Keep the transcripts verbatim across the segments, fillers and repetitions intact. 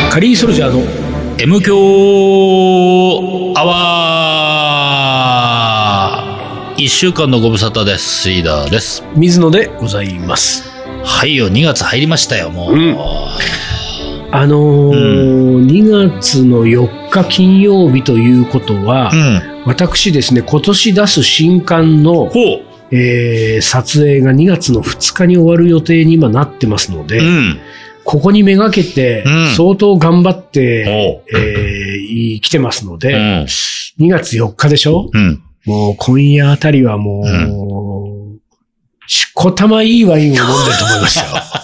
カリーソルジャーの M 強アワー。一週間のご無沙汰です。リーダーです。 水野でございます。 はいよ、にがつ入りましたよ、もう。うん、 あのーうん、にがつのよっか金曜日ということは、うん、私ですね、今年出す新刊の、えー、撮影がにがつのふつかに終わる予定に今なってますので、うん、ここにめがけて相当頑張って、うん、えー、来てますので、うん、にがつよっかでしょ、うん、もう今夜あたりはもう、うん、しこたまいいワインを飲んでると思いますよ。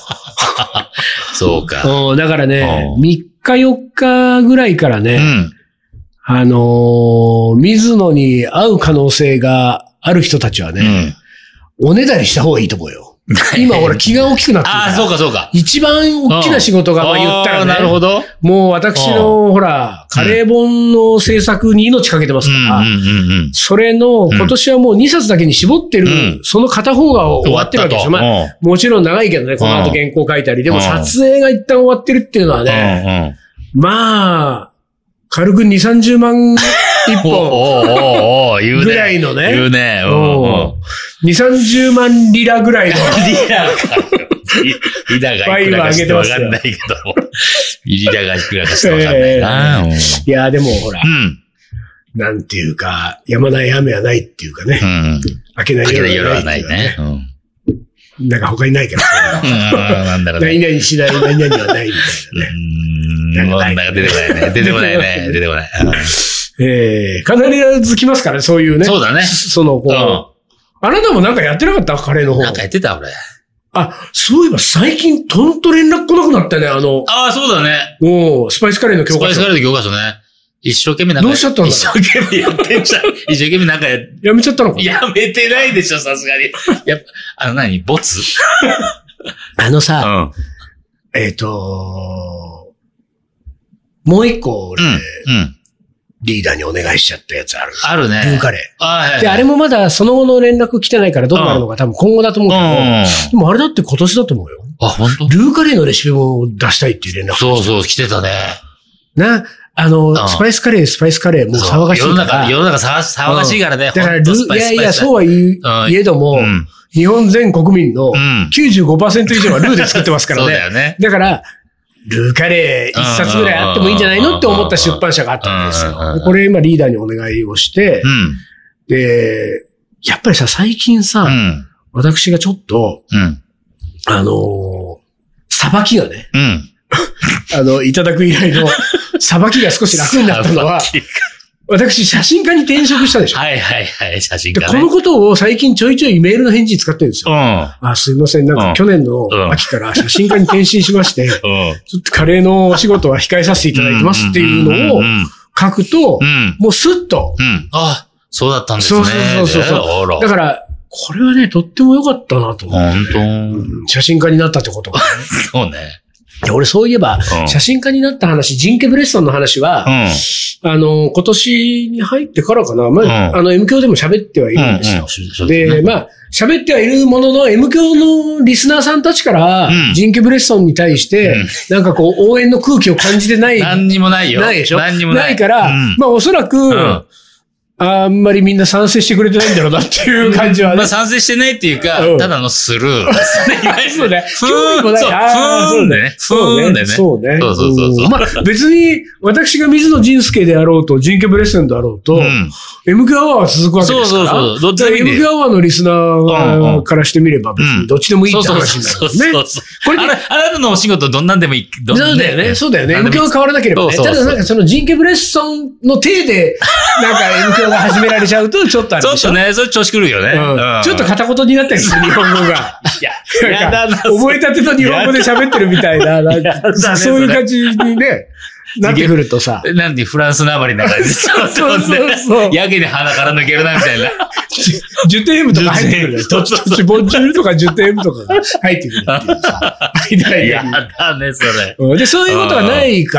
そうか。 だからね、みっかよっかぐらいからね、うん、あのー、水野に会う可能性がある人たちはね、うん、おねだりした方がいいと思うよ。今ほら気が大きくなってるから。 ああ、そうかそうか。 一番大きな仕事がまあ言ったらね。 なるほど。 もう私のほら、カレー本の制作に命かけてますから、それの今年はもうにさつだけに絞ってる、うん、その片方が終わってるわけでしょ。まあ、もちろん長いけどね、この後原稿書いたり。でも撮影が一旦終わってるっていうのはね、まあ、軽くに、さんじゅうまん一本ぐらいのね。 言うね。 に、さんじゅうまんリラぐらいの。リラか。リラがいくらかしてわかんないけど。リラがいくらかしてわかんないな。 いや、でもほら、なんていうか、止まない雨はないっていうかね。明けない夜はないね。なんか他にないけど。 なんだろうね。 何々しない、何々はないみたいなね。 なんか出てこないね。出てこないね。出てこない。 ええ、必ず来ますからね、そういうね。 そうだね。 その、こう。あなたもなんかやってなかったカレーの方。 なんかやってた俺。 あ、そういえば最近とんと連絡来なくなったね、あの。 ああ、そうだね。 おスパイスカレーの教科書。 スパイスカレーの教科書ね。一生懸命なんか。 どうしちゃったんだ一生懸命やってんじゃん。一生懸命なんかや、 やめちゃったのかやめてないでしょ、さすがに。やっぱ、あの何ボツあのさ、うん、えっ、ー、ともう一個俺、うんうん、リーダーにお願いしちゃったやつある。 あるね。 ルーカレー。 あ、はいはい、 で、あれもまだその後の連絡来てないからどうなるのか多分今後だと思うけど、うん、でもあれだって今年だと思うよ。 あ、本当？ ルーカレーのレシピも出したいっていう連絡。 そうそう、来てたね。 な、あの、うん、スパイスカレー、スパイスカレー、もう騒がしいから。 世の中、世の中騒がしいからね。 うん、だからルー、いやいや、そうは言えども、うん、日本全国民の きゅうじゅうごパーセント 以上はルーで作ってますからね。 そうだよね。 だから、ルーカレー一冊ぐらいあってもいいんじゃないのって思った出版社があったんですよ。これ今リーダーにお願いをして、うん、で、やっぱりさ、最近さ、うん、私がちょっと、うん、あのー、さばきがね、うん、あの、いただく依頼のさばきが少し楽になったのは、私、写真家に転職したでしょ。 はいはいはい、写真家、ね。 で、このことを最近ちょいちょいメールの返事に使ってるんですよ。うん、あ、すいません、なんか去年の秋から写真家に転身しまして、うん、ちょっとカレーのお仕事は控えさせていただいてますっていうのを書くと、うん、もうスッと、 うん。あ、そうだったんですね。 そうそうそうそう。だから、これはね、とっても良かったなと思って。本当、うん、写真家になったってことがね。 そうね。 俺そういえば、うん、写真家になった話、ジンケ・ブレッソンの話は、うん、あの、今年に入ってからかな、まあ、うん、あの、M 教でも喋ってはいるんですよ。うんうん、で、ね、まあ、喋ってはいるものの、M 教のリスナーさんたちから、うん、ジンケ・ブレッソンに対して、うん、なんかこう、応援の空気を感じてない。 何にもないよ。 ないでしょ。 何にもない。 ないから、うん、まあ、おそらく、うんあんまりみんな賛成してくれてないんだろうなっていう感じはね。 まあ賛成してないっていうか、うん、ただのスルー。 そうね。 興味もない。そう、ふーんでね。 そうね。ね。そうね。 そうそうそうそう。 まあ別に、私が水野仁介であろうと、ジンケ・ブレッセンであろうと、うん、エムキュー アワーは続くわけですから。そうそうそう。どっちでもいい。エムキュー アワーのリスナーからしてみれば別にどっちでもいいって話になるんですね。そうそうそう。これ、あなたのお仕事どんなんでもいい。 そうだよね。そうだよね。エムキュー が変わらなければね。ただなんかそのジンケ・ブレッソンの体で、なんか エムキュー が始められちゃうとちょっとあれでしょ。 ちょっとね、それ調子くるよね。 うん。ちょっと片言になってるんですよ、日本語が。いや、やだな。覚えたてと日本語で喋ってるみたいな、そういう感じにね、なってくるとさ。 なんでフランスなまりな感じで。そうそうそう。やけに鼻から抜けるな、みたいな。 ジュテームとか入ってくる。ボンジュールとかジュテームとかが入ってくるっていうさ。 やだね、それ。 で、そういうことがないから。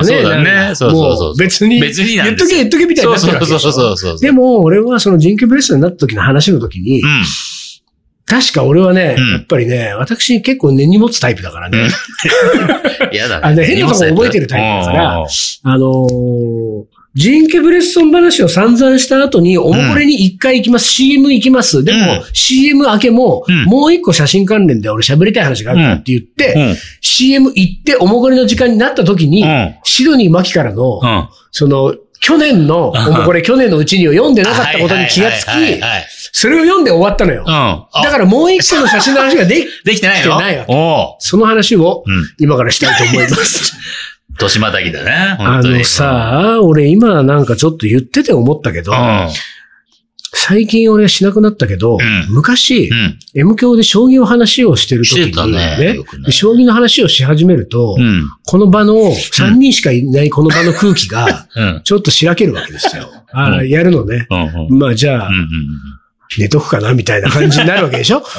そうだね。そうそうそう。 別に。別に言っとけ言っとけみたいになってるわけでしょ。 そうそうそうそう。 でも、俺はそのジンケ・ブレッソンになった時の話の時に、 確か俺はね、うん、やっぱりね、私結構根に持つタイプだからね。 嫌だね。 あの、変なとこ覚えてるタイプだから、あのー、ジーンケ・ブレッソン話を散々した後に、おもこれに一回行きます、うん、シーエム 行きます。でも、うん、シーエム 明けも、うん、もう一個写真関連で俺喋りたい話があるからって言って、うん、シーエム 行っておもこれの時間になった時に、うん、シドニー・マキからの、うん、その、去年の、おもこれ去年のうちにを読んでなかったことに気がつき、それを読んで終わったのよ。うん、だからもう一個の写真の話ができ、 できてないの？ できてないわけ。その話を、今からしたいと思います。 年またぎだね。 あのさ、俺今なんかちょっと言ってて思ったけど、うん、最近俺はしなくなったけど、うん、昔、うん、M 教で将棋の話をしてる時に、ねねね、将棋の話をし始めると、うん、この場のさんにんしかいないこの場の空気が、ちょっとしらけるわけですよ。うん、あやるのね。うん、まあじゃあ、うんうん、寝とくかなみたいな感じになるわけでしょ。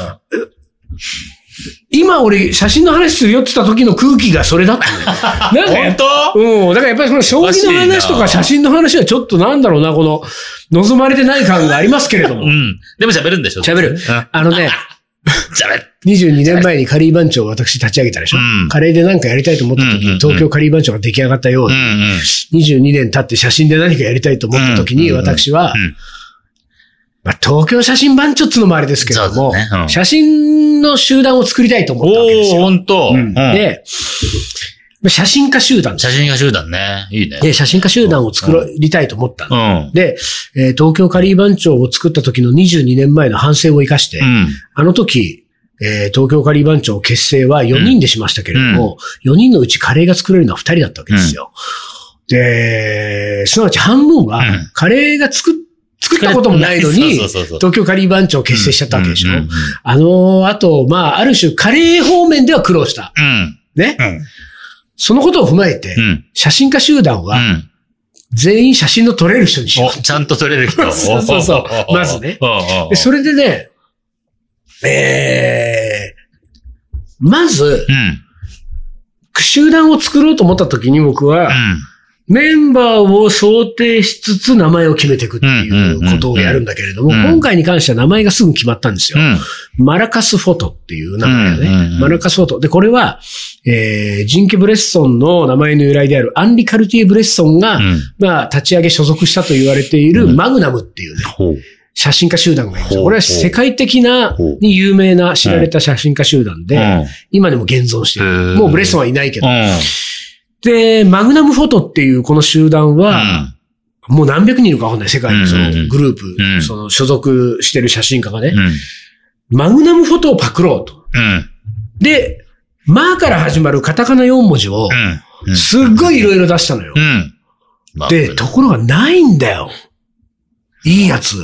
今俺写真の話するよって言った時の空気がそれだったね。 なんか本当？ うん。だからやっぱりその将棋の話とか写真の話はちょっとなんだろうな、この望まれてない感がありますけれども。 うん。でも喋るんでしょ？ 喋る。あのね、 喋る。 にじゅうにねんまえにカリー番長を私立ち上げたでしょ、うん、カレーで何かやりたいと思った時に東京カリー番長が出来上がったように、うんうん、にじゅうにねん経って写真で何かやりたいと思った時に私は、うんうんうんまあ、東京写真番長っていうのもあれですけれども、ねうん、写真の集団を作りたいと思ったわけですよ。 おー、ほんと。うん、 で、写真家集団。 写真家集団ね。いいね。 で、写真家集団を作りたいと思ったの、うん、で、えー、東京カリー番長を作った時のにじゅうにねんまえの反省を生かして、うん、あの時、えー、東京カリー番長結成はよにんでしましたけれども、うん、よにんのうちカレーが作れるのはふたりだったわけですよ。うん、で、すなわち半分はカレーが作っ作ったこともないのに、東京カリー番長を結成しちゃったわけでしょ。うんうんうん、あの、あと、まあ、ある種、カレー方面では苦労した。うん、ね、うん、そのことを踏まえて、うん、写真家集団は、全員写真の撮れる人にしよう。 ちゃんと撮れる人。 そうそうそう。まずねで。それでね、えー、まず、うん、集団を作ろうと思った時に僕は、うんメンバーを想定しつつ名前を決めていくっていうことをやるんだけれども、今回に関しては名前がすぐ決まったんですよ。うん、マラカスフォトっていう名前だね、うんうんうん。マラカスフォト。で、これは、えー、ジンケ・ブレッソンの名前の由来であるアンリ・カルティエ・ブレッソンが、うん、まあ、立ち上げ所属したと言われているマグナムっていうね、うん、写真家集団がいます。これは世界的な、に有名な知られた写真家集団で、うん、今でも現存している。もうブレッソンはいないけど。うんで、マグナムフォトっていうこの集団は、うん、もう何百人いるかわかんない世界のそのグループ、うん、その所属してる写真家がね、うん、マグナムフォトをパクろうと。うん、で、マーから始まるカタカナよんもじを、すっごいいろいろ出したのよ。うんうん、で、ところがないんだよ。いいやつ。うん、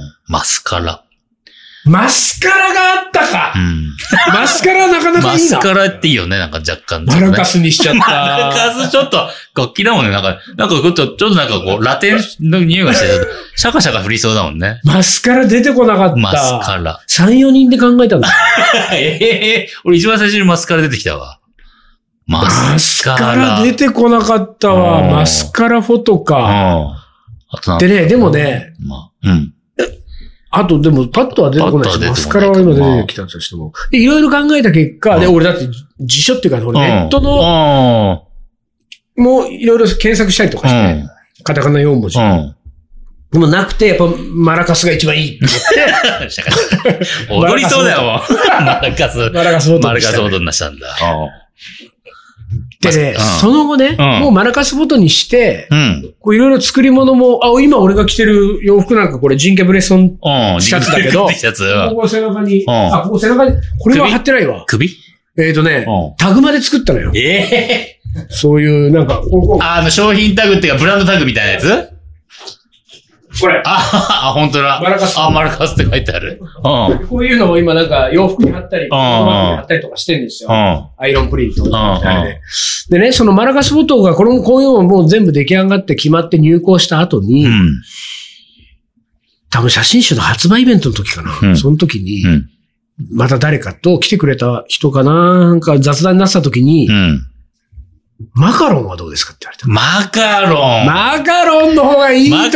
マスカラ。 マスカラがあったか、うん、マスカラなかなかいいな。 マスカラっていいよね、なんか若干、 ね。マラカスにしちゃった。 マラカスちょっと楽器だもんね。なんか、なんかちょっと、ちょっとなんかこう、ラテンの匂いがして、シャカシャカ振りそうだもんね。 マスカラ出てこなかった。 マスカラ。 さん、よにんで考えたんだ。 ええー、俺一番最初にマスカラ出てきたわ。 マスカラ。マスカラ出てこなかったわ。マスカラフォトか。あとでね、でもね、まあ、うん。あと、でも、パッとは出てこないし、マスカラは今出てきたとしても。で、いろいろ考えた結果、で、俺だって辞書っていうか、俺ネットの、もういろいろ検索したりとかして、カタカナよんもじ。でもなくて、やっぱマラカスが一番いいって思って。踊りそうだよ、もう。マラカス。 マラカスフォト。 マラカスフォトになしたんだ。 でね、うん、その後ね、うん、もうマラカスフォトにして、うん、こういろいろ作り物も、あ、今俺が着てる洋服なんかこれジンケ・ブレッソンシャツだけど、シャツここ背中に、あ、ここ背中に、これは貼ってないわ。 首？ えっとね、タグまで作ったのよ。ええー、そういう、なんか、ここあの、商品タグっていうかブランドタグみたいなやつこれ。 あ、あ、本当だ。 マラカス。 あ、マラカスって書いてある。 うん。こういうのも今なんか洋服に貼ったり、貼ったりとかしてるんですよ。うん。アイロンプリント。うん。で。でね、そのマラカスフォトがこの、こういうのもう全部出来上がって決まって入稿した後に、うん。多分写真集の発売イベントの時かな。うん。その時に、うん。また誰かと来てくれた人かな、なんか雑談になってた時に、うん。マカロンはどうですかって言われた。 マカロンマカロンの方がいいと思って。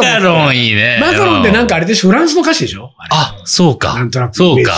マカロンいいね。 マカロンってなんかあれでしょ、フランスの歌詞でしょ あ, あ、そうか。 なんとなく。 そうか。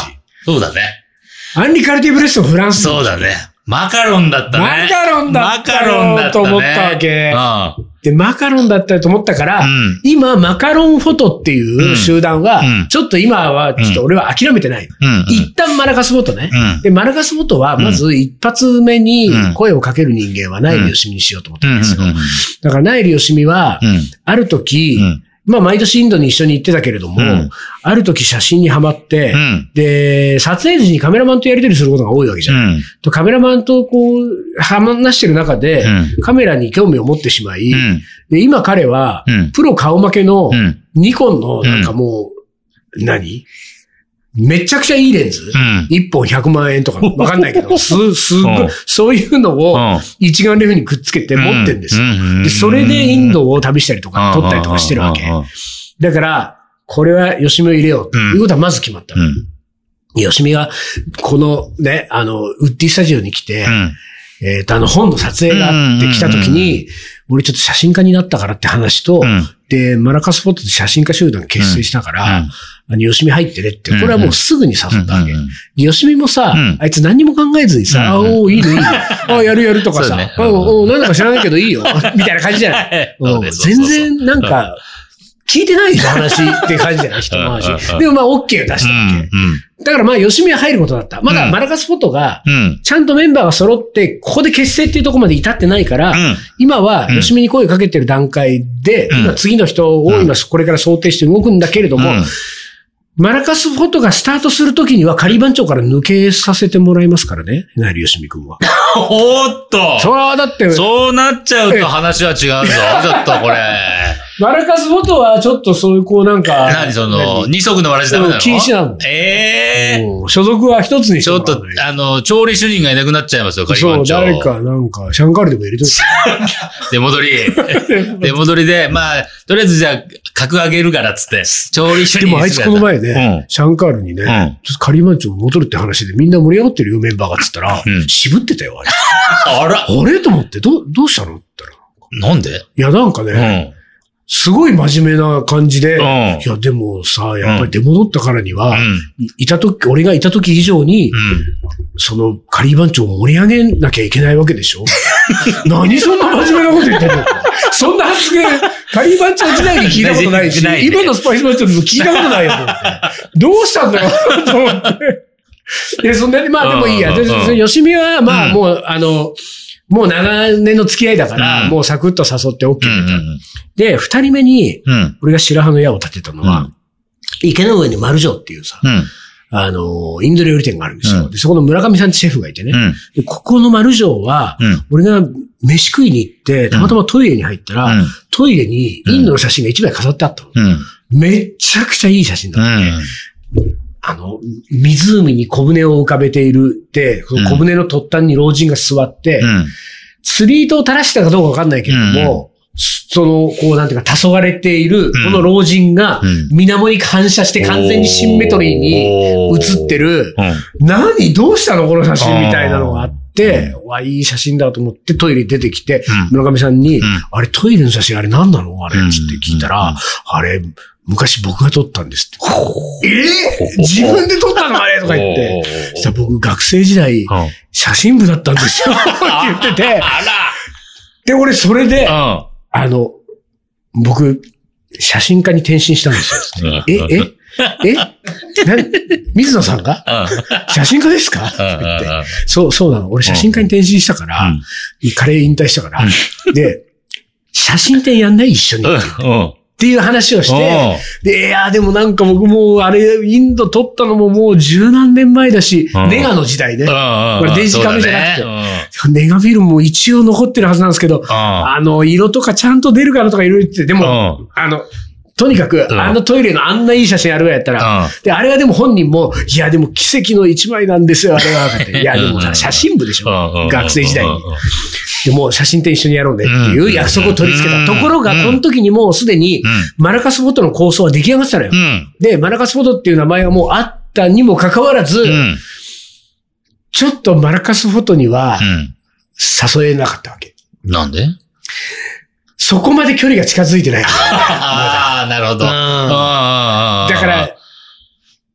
そうだね。 アンリ・カルティブレストフランス。 そうだね。マカロンだったね。 マカロンだったよ。マカロンだったね。と思ったわけ。うん。で、マカロンだったと思ったから、うん、今、マカロンフォトっていう集団は、うん、ちょっと今は、ちょっと俺は諦めてない。うん、一旦マラカスフォトね。うん、で、マラカスフォトは、まず一発目に声をかける人間はナイル・ヨシミにしようと思ったんですよ。だからナイル・ヨシミは、ある時、うんまあ、毎年インドに一緒に行ってたけれども、うん、ある時写真にハマって、うん、で、撮影時にカメラマンとやり取りすることが多いわけじゃない。うん、とカメラマンとこう、話してる中で、うん、カメラに興味を持ってしまい、うん、で、今彼は、うん、プロ顔負けの、ニコンの、なんかもう、うん、何めちゃくちゃいいレンズ、うん、いっぽんひゃくまんえんとかわかんないけど、す、すごい、うん、そういうのを一眼レフにくっつけて持ってんですよ。で、それでインドを旅したりとか撮ったりとかしてるわけ。だから、これはヨシミを入れようということはまず決まった。うん、ヨシミが、このね、あの、ウッディスタジオに来て、うんえっと、あの本の撮影があって来た時に、俺ちょっと写真家になったからって話と、うん、で、マラカスフォットで写真家集団結成したから、うん、あの、ヨシミ入ってねって、これはもうすぐに誘ったわけ。ヨシミもさ、うん、あいつ何にも考えずにさ、うん、あ、おいいねいいね。あ、やるやるとかさ、ね、うん、おなんだか知らないけどいいよ。みたいな感じじゃない。全然なんか、聞いてないぞ話って感じじゃない人の話。でもまあ OK を出したわけ。うんうん、だからまあ、ヨシミは入ることだった。まだマラカスフォトが、ちゃんとメンバーが揃って、ここで結成っていうところまで至ってないから、うん、今はヨシミに声をかけてる段階で、うん、今次の人を今これから想定して動くんだけれども、うんマラカスフォトがスタートするときには仮番長から抜けさせてもらいますからね。ナイルヨシミ君は。 おーっとそうだって。 そうなっちゃうと話は違うぞ。ちょっとこれ。 マラカスフォトはちょっとそういうこうなんか。 何その、二足のわらじダメなの禁止なの。 ええー。 所属は一つにしてちょっと、あの、調理主任がいなくなっちゃいますよ、仮番長。 そう、誰かなんか、シャンカールでも入れといて。 出戻り。出戻りで、まあ、とりあえずじゃあ、格上げるからっつって、調理主任。 でもあいつこの前ね、うん、シャンカールにね、うん、ちょっと仮番長戻るって話でみんな盛り上がってるよ、メンバーがっつったら、うん、渋ってたよ、あれ。 あらあれと思って、どう、どうしたのって言ったら。なんでいや、なんかね、うんすごい真面目な感じで、うん、いやでもさ、やっぱり出戻ったからには、うん、い, いたとき、俺がいたとき以上に、うん、その仮番長を盛り上げなきゃいけないわけでしょ何そんな真面目なこと言ってんのそんな発言、仮番長時代に聞いたことないし、ね、今のスパイス番長でも聞いたことないよと思って。どうしたんだよと思って。で、そんなに、まあでもいいや。で、よしみは、まあもう、あの、もう長年の付き合いだから、うん、もうサクッと誘って OK だった。うんうん、で、二人目に、うん、俺が白羽の矢を立てたのは、うん、池の上に丸城っていうさ、うん、あの、インド料理店があるんですよ。うん、でそこの村上さんってシェフがいてね。うん、でここの丸城は、うん、俺が飯食いに行って、たまたまトイレに入ったら、うん、トイレにインドの写真が一枚飾ってあったの。うん、めちゃくちゃいい写真だったね。うんあの、湖に小舟を浮かべているって、その小舟の突端に老人が座って、うん、釣り糸を垂らしたかどうかわかんないけれども、うん、その、こうなんていうか、黄昏れている、この老人が、水面に反射して完全にシンメトリーに映ってる、うん、何どうしたのこの写真みたいなのがあって、わ、いい写真だと思ってトイレに出てきて、うん、村上さんに、うん、あれトイレの写真あれ何なのあれつって聞いたら、あれ、昔僕が撮ったんですって。えー、自分で撮ったのあれとか言って。そしたら僕学生時代、写真部だったんですよ。って言ってて。で、俺それで、あの、僕、写真家に転身したんですよ。え、ええな水野さんが写真家ですかって言って。そう、そうなの。俺写真家に転身したから、カレー引退したから。で、写真展やんない一緒に。っていう話をして、で、いや、でもなんか僕もう、あれ、インド撮ったのももう十何年前だし、ネガの時代ね。これデジカメじゃなくて、ネガフィルムも一応残ってるはずなんですけど、あの、色とかちゃんと出るかなとかいろいろ言って、でも、あの、とにかく、あのトイレのあんないい写真あるぐらいやったら、で、あれはでも本人も、いや、でも奇跡の一枚なんですよ、あれは。っていや、でも写真部でしょ。学生時代に。でも写真展一緒にやろうねっていう約束を取り付けた。ところが、この時にもうすでに、マラカスフォトの構想は出来上がってたのよ。で、マラカスフォトっていう名前がもうあったにもかかわらず、ちょっとマラカスフォトには、誘えなかったわけ。 なんでそこまで距離が近づいてない。 ああ、なるほど。だから、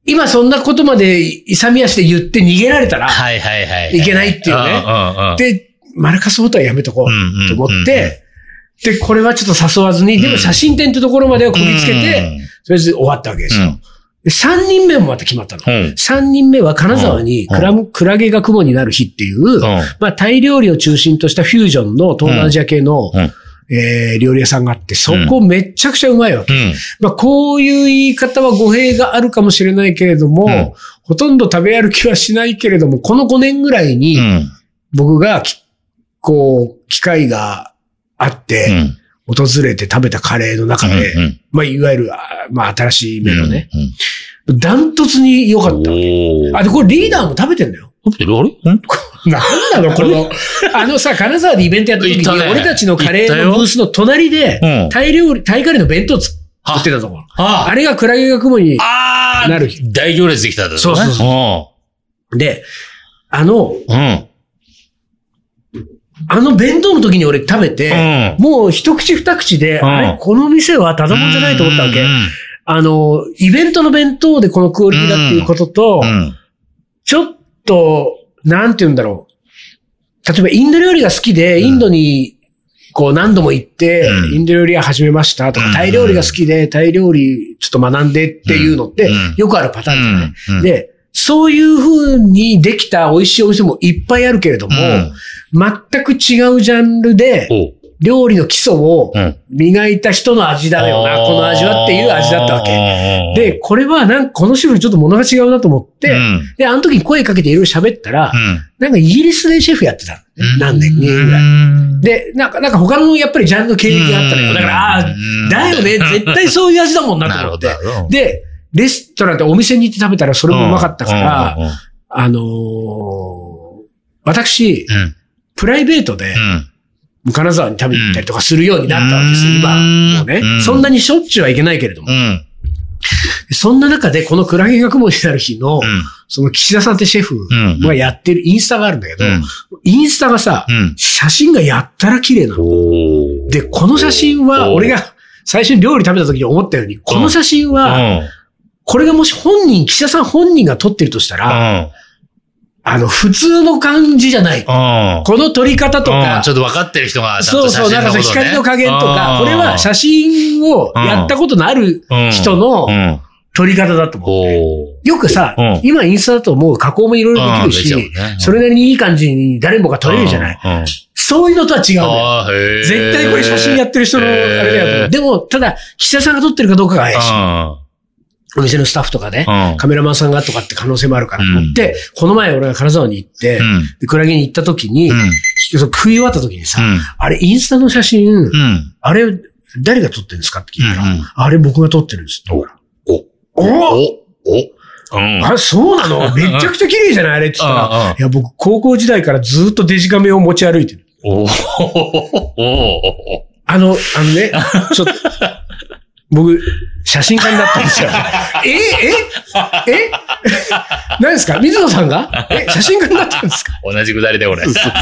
今そんなことまで勇み足で言って逃げられたら、 はいはいはい。 いけないっていうね。で、マラカスフォトはやめとこうと思って、で、これはちょっと誘わずに、でも写真展ってところまではこぎつけて、とりあえず終わったわけですよ。で、さんにんめもまた決まったの。さんにんめは金沢にクラム、クラゲが雲になる日っていう、まあタイ料理を中心としたフュージョンの東南アジア系の、えー、料理屋さんがあって、そこめっちゃくちゃうまいわけ。うん、まあ、こういう言い方は語弊があるかもしれないけれども、うん、ほとんど食べ歩きはしないけれども、このごねんぐらいに、僕が、こう、機会があって、うん、訪れて食べたカレーの中で、うんうん、まあ、いわゆる、まあ、新しい目のね、うんうん、ダントツに良かったわけ。あ、で、これリーダーも食べてんだよ。 食べてるあれなんなのこの、あのさ、金沢でイベントやった時に、ね、俺たちのカレーのブースの隣で、うん、タイ料理、タイカレーの弁当作ってたところ。あ, あれがクラゲが雲になる日。 大行列できたんだ、ね、 そうそうそう。で、あの、うん、あの弁当の時に俺食べて、うん、もう一口二口で、うん、あれこの店はただもんじゃないと思ったわけ。あの、イベントの弁当でこのクオリティだっていうことと、うんうん、ちょっと、なんて言うんだろう。例えばインド料理が好きで、インドにこう何度も行って、うん、インド料理屋始めましたとか、タイ料理が好きで、タイ料理ちょっと学んでっていうのって、よくあるパターンじゃない、うんうん、で、そういう風にできた美味しいお店もいっぱいあるけれども、うん、全く違うジャンルで、料理の基礎を磨いた人の味だよな、うん、この味はっていう味だったわけ。で、これはなんかこのシェフちょっと物が違うなと思って、うん、で、あの時に声かけていろいろ喋ったら、うん、なんかイギリスでシェフやってた。うん、何年、にねんぐらい。で、なんか、なんか他のやっぱりジャンルの経歴があったのよ。だから、ああ、だよね、絶対そういう味だもんなと思って。で、レストランってお店に行って食べたらそれもうまかったから、あのー、私、うん、プライベートで、うん、金沢に食べに行ったりとかするようになったわけですよ、今。もうね、うん。そんなにしょっちゅうはいけないけれども。うん、そんな中で、このクラゲが雲になる日の、うん、その岸田さんってシェフがやってるインスタがあるんだけど、うん、インスタがさ、うん、写真がやったら綺麗なの。で、この写真は、俺が最初に料理食べた時に思ったように、この写真は、これがもし本人、岸田さん本人が撮ってるとしたら、あの、普通の感じじゃない。この撮り方とか。 ちょっと分かってる人がちゃんと写真のことね。そうそう、なんか光の加減とか、これは写真をやったことのある人の撮り方だと思う。よくさ、今インスタだともう加工もいろいろできるし、それなりにいい感じに誰もが撮れるじゃない。そういうのとは違うんだよ。絶対これ写真やってる人のあれだよと思う。でも、ただ、岸田さんが撮ってるかどうかが怪しい。お店のスタッフとかね、うん、カメラマンさんがとかって可能性もあるからと思って、うん、この前俺が金沢に行って、うん、で、クラゲに行った時に、うん、食い終わった時にさ、うん、あれインスタの写真、うん、あれ誰が撮ってるんですかって聞いたら、うん、あれ僕が撮ってるんですって。おおおお、うん、あれそうなのめちゃくちゃ綺麗じゃないあれって言ったら、うん、いや僕高校時代からずっとデジカメを持ち歩いてる。おあの、あのね、ちょっと、僕、写真家になったんですよ。えええ何ですか水野さんがえ写真家になったんですか同じくだりで俺。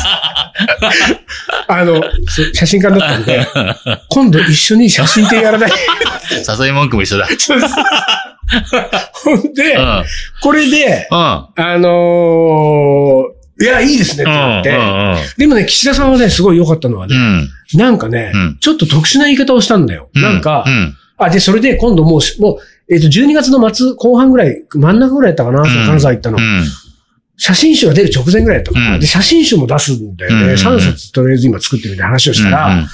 あの、写真家になったんで、今度一緒に写真展やらない誘い文句も一緒だ。 ほんで、うん、これで、うん、あのー、いや、いいですねってなって、うんうんうん。でもね、岸田さんはね、すごい良かったのはね、うん、なんかね、うん、ちょっと特殊な言い方をしたんだよ。うん、なんか、うんあ、で、それで今度もう、もう、えっと、じゅうにがつの末、後半ぐらい、真ん中ぐらいだったかな、うん、その金沢行ったの、うん。写真集が出る直前ぐらいだったから、うん、で、写真集も出すんだよね。うん、さんさつとりあえず今作ってるみたいな話をしたら、うん、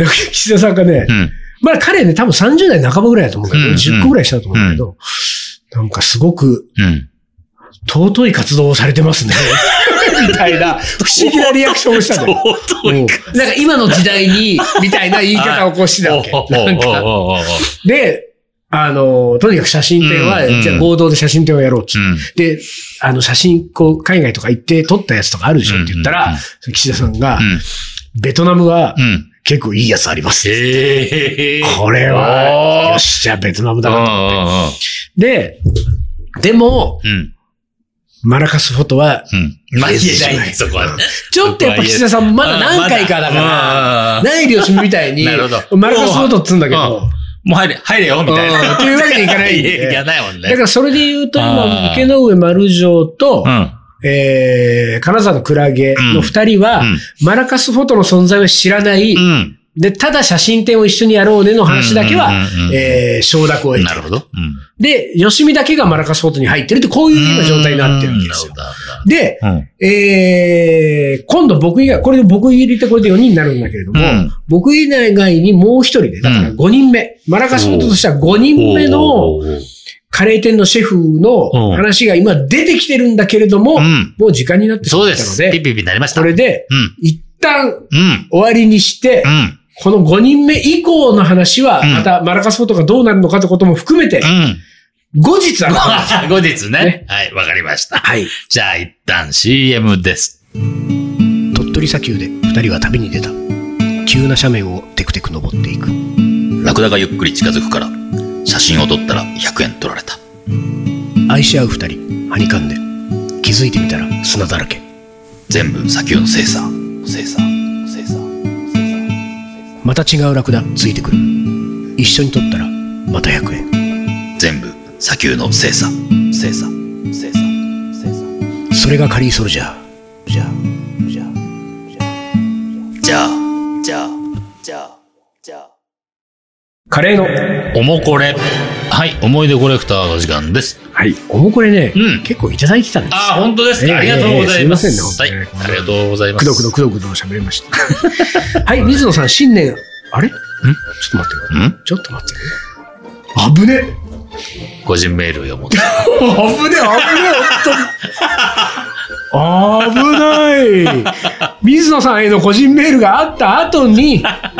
岸田さんがね、うん、まあ彼ね、多分さんじゅうだいなかばぐらいだと思うけど、うん、じゅっこぐらいしたと思うんだけど、うん、なんかすごく、うん、尊い活動をされてますね。みたいな、不思議なリアクションをしたんだよ。なんか今の時代に、みたいな言い方をこうしてたわけ。なんかで、あの、とにかく写真展は、うん、じゃあ合同で写真展をやろうっつって、うん。で、あの写真、こう、海外とか行って撮ったやつとかあるでしょって言ったら、うん、岸田さんが、うん、ベトナムは、結構いいやつあります。へーこれは、よし、じゃあベトナムだなと思って。で、でも、うんマラカスフォトは、うん。 まあ言えないね、そこは。 ちょっとやっぱ岸田さんまだ何回かだから、ない漁師みたいに、マラカスフォトっつうんだけど、 もう入れ、入れよ、みたいな。 っていうわけにいかないんで。 いかないもんね。 だからそれで言うと、今、池上丸城と、うん、えー、金沢のクラゲの二人は、うんうん、マラカスフォトの存在を知らない、うん、で、ただ写真展を一緒にやろうねの話だけは、えー、承諾を得てる。 なるほど。うん、 で、吉見だけがマラカスフォトに入ってるって、こういう今状態になってるんですよ。で、うん、えー、今度僕以外、これで僕入れてこれでよにんになるんだけれども、うん、僕以外にもう一人で、だからごにんめ、うん、マラカスフォトとしてはごにんめのカレー店のシェフの話が今出てきてるんだけれども、うん、もう時間になってしまったので、 そうです。ピピピになりました。 これで、うん、一旦終わりにして、うんうんこのごにんめ以降の話は、またマラカスフォトがどうなるのかってことも含めて、うん、後日ある。後日ね。ねはい、わかりました。はい。じゃあ一旦 シーエム です。 鳥取砂丘で二人は旅に出た。急な斜面をテクテク登っていく。 ラクダがゆっくり近づくから、写真を撮ったらひゃくえん取られた。 愛し合う二人、はにかんで、気づいてみたら砂だらけ。 全部砂丘の精査。精査。 また違うラクダついてくる。一緒に取ったらまたひゃくえん。 全部砂丘の精査精査精査精査。それがカリーソルジャー。じゃあじゃあじゃあじゃあじゃあじゃあカレーのおもこれ。はい、思い出コレクターの時間です。 はい、おもこれね、うん、結構いただいてたんですよ。 あ、本当ですか、えー、ありがとうございます。えー、すいませんね、 はい、 ありがとうございます。 くどくどくどくど喋りました。はい、水野さん、新年、あれんちょっと待ってよ。んちょっと待ってよ。あぶね個人メールを読もう。 あぶねあぶね本当に。危ない。水野さんへの個人メールがあった後に、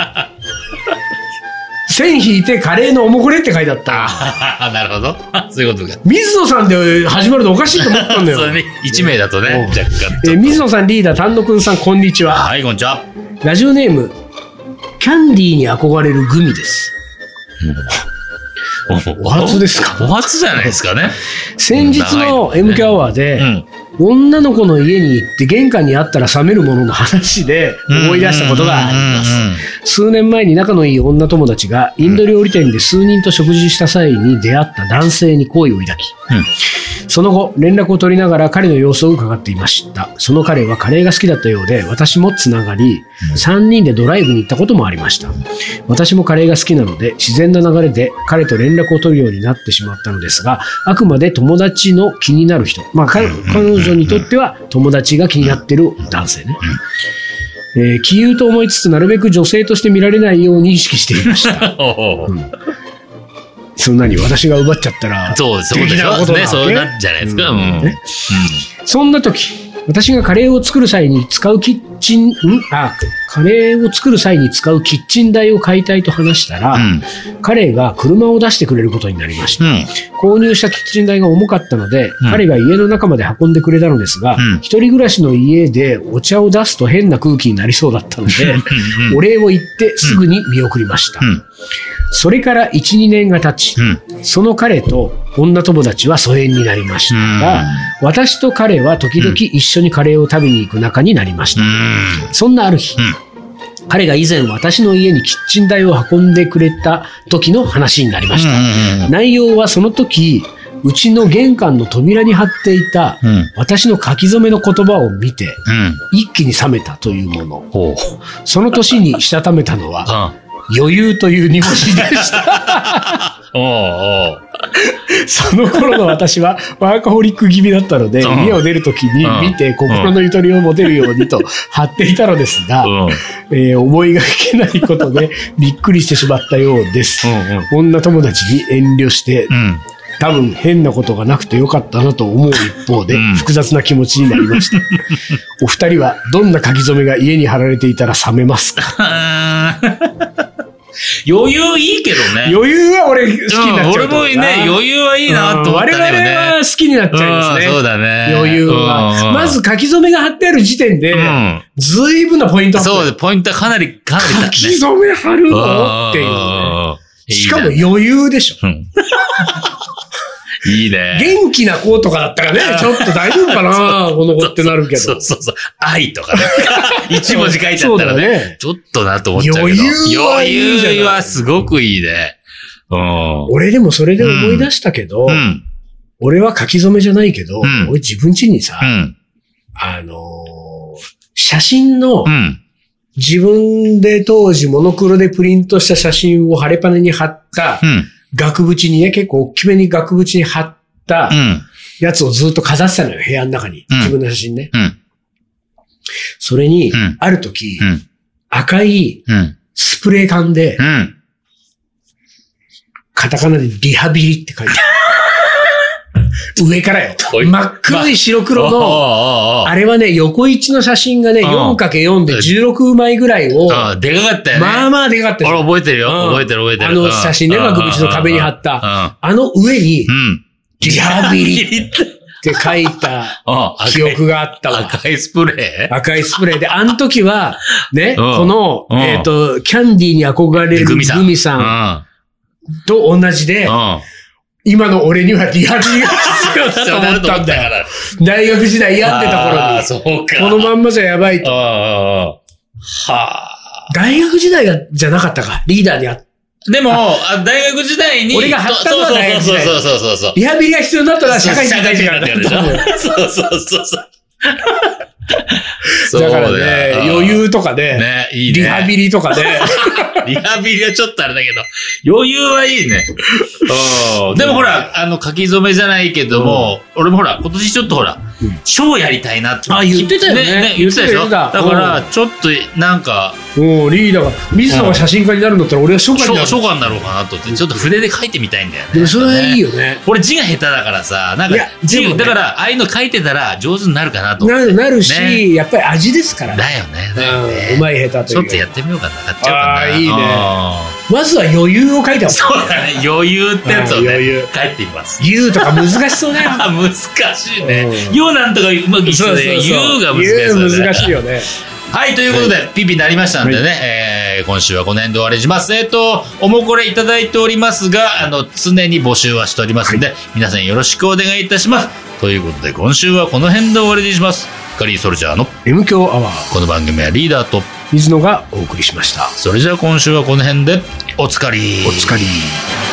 線引いてカレーのおもこれって書いてあった。 なるほど。そういうことか。 水野さんで始まるのおかしいと思ったんだよ。 そうね。一名だとね、若干。 えー、水野さんリーダー、丹野くんさん、こんにちは。 はい、こんにちは。 ラジオネーム、キャンディーに憧れるグミです。お初ですか？ お初じゃないですかね。 先日の エムケー アワーで、うん、女の子の家に行って玄関にあったら冷めるものの話で思い出したことがあります。数年前に仲のいい女友達がインド料理店で数人と食事した際に出会った男性に好意を抱き、うん、その後連絡を取りながら彼の様子を伺っていました。その彼はカレーが好きだったようで、私もつながり、さんにんでドライブに行ったこともありました。私もカレーが好きなので、自然な流れで彼と連絡を取るようになってしまったのですが、あくまで友達の気になる人、まあ彼女にとっては友達が気になってる男性ね。えー、杞憂と思いつつなるべく女性として見られないように意識していました。うん、そんなに私が奪っちゃったら、 そう、そうでしょね、そうなんじゃないですか。うんうんねうん、そんな時、私がカレーを作る際に使うキッチン、んあ、カレーを作る際に使うキッチン台を買いたいと話したら、うん、彼が車を出してくれることになりました。うん、購入したキッチン台が重かったので、うん、彼が家の中まで運んでくれたのですが、うん、一人暮らしの家でお茶を出すと変な空気になりそうだったので、お礼を言ってすぐに見送りました。うんうん、それからいち、にねんが経ち、うん、その彼と女友達は疎遠になりましたが、うん、私と彼は時々一緒にカレーを食べに行く仲になりました。うん、そんなある日、うん、彼が以前私の家にキッチン台を運んでくれた時の話になりました。うんうん、内容はその時、うちの玄関の扉に貼っていた私の書き初めの言葉を見て、うん、一気に冷めたというもの。うん、その年にしたためたのは、うん、余裕という煮干しでした。おうおうその頃の私はワーカホリック気味だったので、うん、家を出るときに見て心のゆとりを持てるようにと貼っていたのですが、うんえー、思いがけないことでびっくりしてしまったようです。うんうん、女友達に遠慮して、うん多分変なことがなくてよかったなと思う一方で複雑な気持ちになりました。うん、お二人はどんな書き初めが家に貼られていたら冷めますか？ 余裕いいけどね。 余裕は俺好きになっちゃうと思う、 うん。俺もね、余裕はいいなと思ったよね。 我々は好きになっちゃいますね。 うん、そうだね。 余裕は。まず書き初めが貼ってある時点で、うん、ずいぶんなポイントアップ。 そう、ポイントかなり、かなり、ね。 書き初め貼るのっていうね。しかも余裕でしょ。うんいいね。 元気な子とかだったらね、ちょっと大丈夫かなこの子ってなるけど。 そうそうそう。愛とかね。一文字書いてあったらね。ねちょっとなと思っちゃうけど。 余裕は、 余裕はすごくいいね。 うん、 俺でもそれで思い出したけど、うん、俺は書き初めじゃないけど、うん、俺自分家にさ、うん、あのー、写真の、うん、自分で当時モノクロでプリントした写真を貼れパネに貼った、うん、額縁にね、結構大きめに額縁に貼ったやつをずっと飾ってたのよ、部屋の中に。自分の写真ね。うん、それに、うん、ある時、うん、赤いスプレー缶で、うん、カタカナでリハビリって書いてある。上からよ。真っ黒い白黒の、あれはね、横一の写真がね、よんかけよん でじゅうろくまいぐらいを、 でかかったよね。 まあまあでかかったよ。 俺覚えてるよ。覚えてる覚えてる。 あの写真ね、額縁の壁に貼った、あの上に、リハビリって書いた記憶があったわ。 赤いスプレー赤いスプレーで、あの時は、ね、この、えっと、キャンディーに憧れるグミさんと同じで、今の俺にはリハビリが必要だと思ったんだよ。大学時代やってた頃に。そうか。このまんまじゃやばいと。はあ。大学時代がじゃなかったか。リーダーにあっでも、大学時代に。 俺が貼ったのは大学時代。 そうそうそうそう。 リハビリが必要になったら社会人になってからだよ。 そうそうそうそう。 だからね、余裕とかで、ね、いいね、リハビリとかで。 リハビリはちょっとあれだけど、余裕はいいね。でもほら、あの、書き初めじゃないけども、うん、俺もほら、今年ちょっとほら、ショーやりたいなって。 あ、言ってたよね。 ね、ね言ってたでしょ。だから、ちょっと、なんか、 おリーダーが、水野が写真家になるんだったら俺は書家になる。 書家になろうかなとって、ちょっと筆で書いてみたいんだよね。 でもそれはいいよね。 俺字が下手だからさ、なんか、字、だから、ああいうの書いてたら上手になるかなと。 なる、なるし、やっぱり味ですから。 だよね。だよね。 うまい下手という。 ちょっとやってみようかな。買っちゃうかな。 ああ、いいね。まずは余裕を書いてます。 そうだね。余裕ってやつをね、書いてみます。 言うとか難しそうね。 難しいね。ようなんとかうまくいきそうで、言うが難しい。 言う難しいよね。 はい、ということで、ピピになりましたんでね、え今週はこの辺で終わりにします。えっと、おもこれいただいておりますが、あの、常に募集はしておりますので、皆さんよろしくお願いいたします。ということで、今週はこの辺で終わりにします。カリーソルジャーのエム 強アワー。 この番組はリーダーと水野がお送りしました。 それじゃあ今週はこの辺で、おつかり。 おつかり。